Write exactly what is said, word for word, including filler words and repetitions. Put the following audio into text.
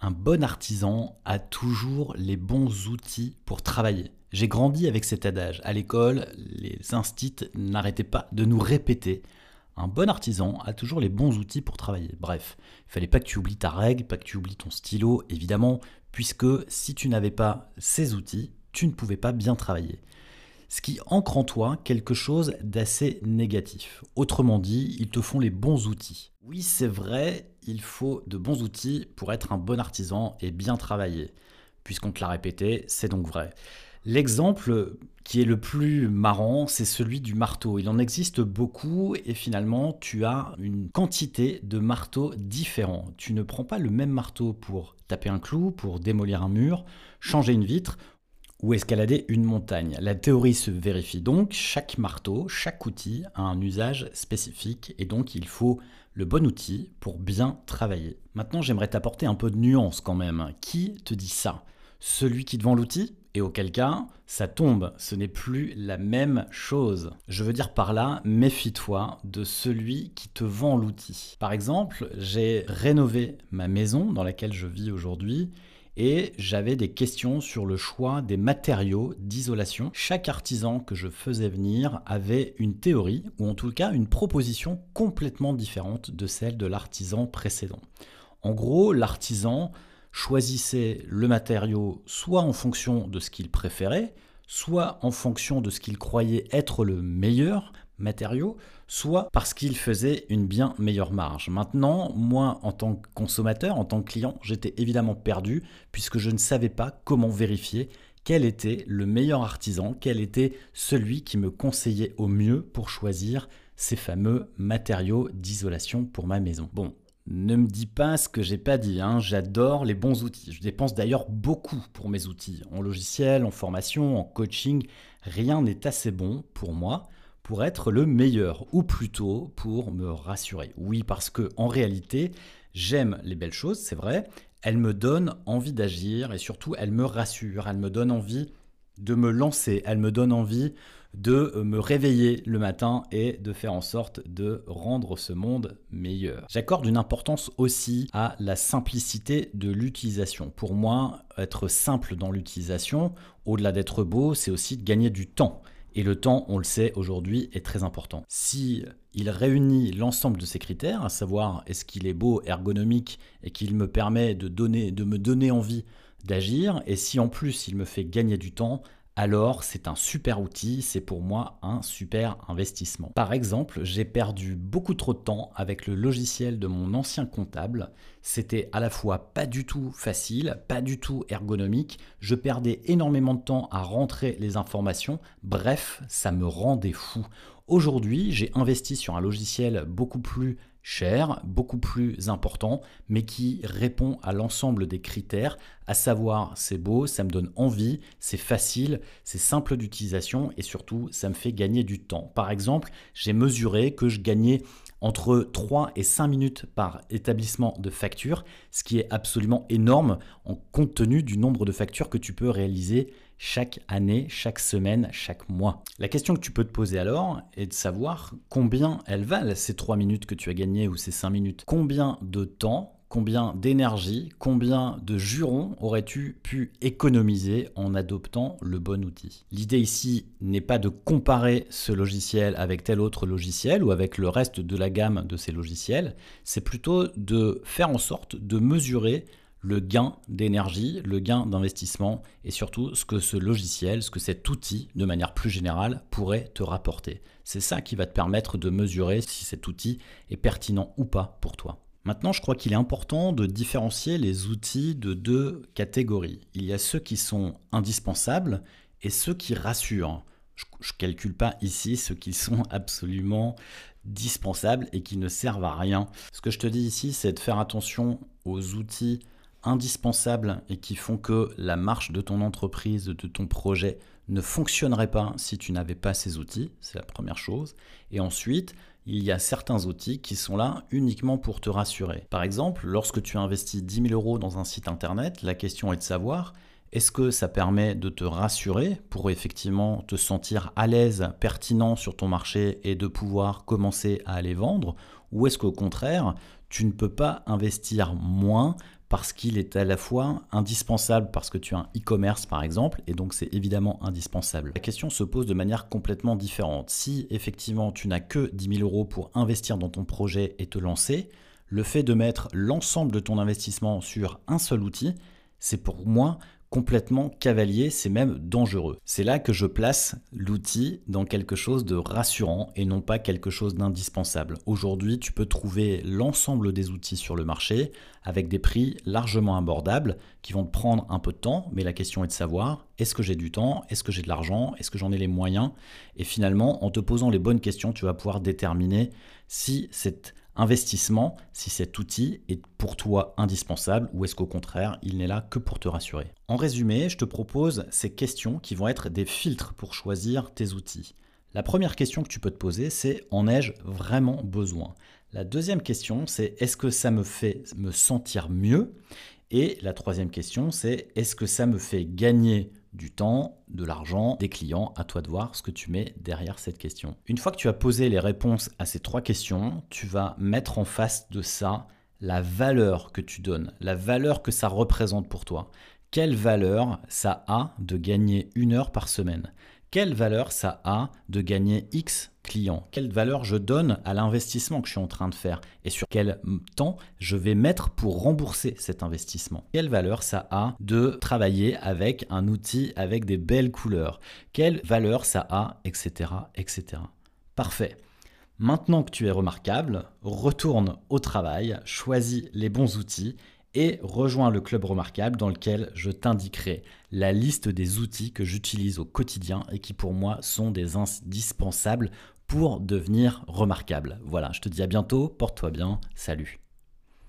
Un bon artisan a toujours les bons outils pour travailler. J'ai grandi avec cet adage. À l'école, les instits n'arrêtaient pas de nous répéter. Un bon artisan a toujours les bons outils pour travailler. Bref, il fallait pas que tu oublies ta règle, pas que tu oublies ton stylo, évidemment, puisque si tu n'avais pas ces outils, tu ne pouvais pas bien travailler. Ce qui ancre en toi quelque chose d'assez négatif. Autrement dit, ils te font les bons outils. Oui, c'est vrai, il faut de bons outils pour être un bon artisan et bien travailler. Puisqu'on te l'a répété, c'est donc vrai. L'exemple qui est le plus marrant, c'est celui du marteau. Il en existe beaucoup et finalement, tu as une quantité de marteaux différents. Tu ne prends pas le même marteau pour taper un clou, pour démolir un mur, changer une vitre ou escalader une montagne. La théorie se vérifie donc, chaque marteau, chaque outil a un usage spécifique et donc il faut le bon outil pour bien travailler. Maintenant, j'aimerais t'apporter un peu de nuance quand même. Qui te dit ça ? Celui qui te vend l'outil ? Et auquel cas, ça tombe, ce n'est plus la même chose. Je veux dire par là, méfie-toi de celui qui te vend l'outil. Par exemple, j'ai rénové ma maison dans laquelle je vis aujourd'hui et j'avais des questions sur le choix des matériaux d'isolation. Chaque artisan que je faisais venir avait une théorie, ou en tout cas une proposition complètement différente de celle de l'artisan précédent. En gros, l'artisan choisissait le matériau soit en fonction de ce qu'il préférait, soit en fonction de ce qu'il croyait être le meilleur matériau, soit parce qu'il faisait une bien meilleure marge. Maintenant, moi, en tant que consommateur, en tant que client, j'étais évidemment perdu puisque je ne savais pas comment vérifier quel était le meilleur artisan, quel était celui qui me conseillait au mieux pour choisir ces fameux matériaux d'isolation pour ma maison. Bon, ne me dis pas ce que j'ai pas dit, hein. J'adore les bons outils. Je dépense d'ailleurs beaucoup pour mes outils, en logiciel, en formation, en coaching. Rien n'est assez bon pour moi pour être le meilleur, ou plutôt pour me rassurer. Oui, parce que en réalité, j'aime les belles choses, c'est vrai. Elles me donnent envie d'agir et surtout, elles me rassurent. Elles me donnent envie de me lancer. Elles me donnent envie de me réveiller le matin et de faire en sorte de rendre ce monde meilleur. J'accorde une importance aussi à la simplicité de l'utilisation. Pour moi, être simple dans l'utilisation, au-delà d'être beau, c'est aussi de gagner du temps. Et le temps, on le sait aujourd'hui, est très important. Si il réunit l'ensemble de ces critères, à savoir est-ce qu'il est beau, ergonomique et qu'il me permet de, donner, de me donner envie d'agir, et si en plus il me fait gagner du temps, alors c'est un super outil, c'est pour moi un super investissement. Par exemple, j'ai perdu beaucoup trop de temps avec le logiciel de mon ancien comptable. C'était à la fois pas du tout facile, pas du tout ergonomique. Je perdais énormément de temps à rentrer les informations. Bref, ça me rendait fou. Aujourd'hui, j'ai investi sur un logiciel beaucoup plus cher, beaucoup plus important, mais qui répond à l'ensemble des critères, à savoir c'est beau, ça me donne envie, c'est facile, c'est simple d'utilisation et surtout ça me fait gagner du temps. Par exemple, j'ai mesuré que je gagnais entre trois et cinq minutes par établissement de facture, ce qui est absolument énorme en compte tenu du nombre de factures que tu peux réaliser chaque année, chaque semaine, chaque mois. La question que tu peux te poser alors est de savoir combien elles valent ces trois minutes que tu as gagnées ou ces cinq minutes. Combien de temps, combien d'énergie, combien de jurons aurais-tu pu économiser en adoptant le bon outil? L'idée ici n'est pas de comparer ce logiciel avec tel autre logiciel ou avec le reste de la gamme de ces logiciels, c'est plutôt de faire en sorte de mesurer le gain d'énergie, le gain d'investissement et surtout ce que ce logiciel, ce que cet outil, de manière plus générale, pourrait te rapporter. C'est ça qui va te permettre de mesurer si cet outil est pertinent ou pas pour toi. Maintenant, je crois qu'il est important de différencier les outils de deux catégories. Il y a ceux qui sont indispensables et ceux qui rassurent. Je ne calcule pas ici ceux qui sont absolument dispensables et qui ne servent à rien. Ce que je te dis ici, c'est de faire attention aux outils indispensables et qui font que la marche de ton entreprise, de ton projet ne fonctionnerait pas si tu n'avais pas ces outils, c'est la première chose. Et ensuite, il y a certains outils qui sont là uniquement pour te rassurer. Par exemple, lorsque tu investis dix mille euros dans un site internet, la question est de savoir est-ce que ça permet de te rassurer pour effectivement te sentir à l'aise, pertinent sur ton marché et de pouvoir commencer à aller vendre, ou est-ce qu'au contraire, tu ne peux pas investir moins parce qu'il est à la fois indispensable parce que tu as un e-commerce par exemple, et donc c'est évidemment indispensable. La question se pose de manière complètement différente. Si effectivement tu n'as que dix mille euros pour investir dans ton projet et te lancer, le fait de mettre l'ensemble de ton investissement sur un seul outil, c'est pour moi complètement cavalier, c'est même dangereux. C'est là que je place l'outil dans quelque chose de rassurant et non pas quelque chose d'indispensable. Aujourd'hui, tu peux trouver l'ensemble des outils sur le marché avec des prix largement abordables qui vont te prendre un peu de temps, mais la question est de savoir, est-ce que j'ai du temps, est-ce que j'ai de l'argent, est-ce que j'en ai les moyens? Et finalement, en te posant les bonnes questions, tu vas pouvoir déterminer si cet investissement, si cet outil est pour toi indispensable ou est-ce qu'au contraire, il n'est là que pour te rassurer. En résumé, je te propose ces questions qui vont être des filtres pour choisir tes outils. La première question que tu peux te poser, c'est en ai-je vraiment besoin? La deuxième question, c'est est-ce que ça me fait me sentir mieux? Et la troisième question, c'est est-ce que ça me fait gagner du temps, de l'argent, des clients? À toi de voir ce que tu mets derrière cette question. Une fois que tu as posé les réponses à ces trois questions, tu vas mettre en face de ça la valeur que tu donnes, la valeur que ça représente pour toi. Quelle valeur ça a de gagner une heure par semaine? Quelle valeur ça a de gagner X clients? Quelle valeur je donne à l'investissement que je suis en train de faire? Et sur quel temps je vais mettre pour rembourser cet investissement? Quelle valeur ça a de travailler avec un outil avec des belles couleurs? Quelle valeur ça a, et cetera, et cetera. Parfait. Maintenant que tu es remarquable, retourne au travail, choisis les bons outils et rejoins le Club Remarquable dans lequel je t'indiquerai la liste des outils que j'utilise au quotidien et qui pour moi sont des indispensables pour devenir remarquable. Voilà, je te dis à bientôt, porte-toi bien, salut.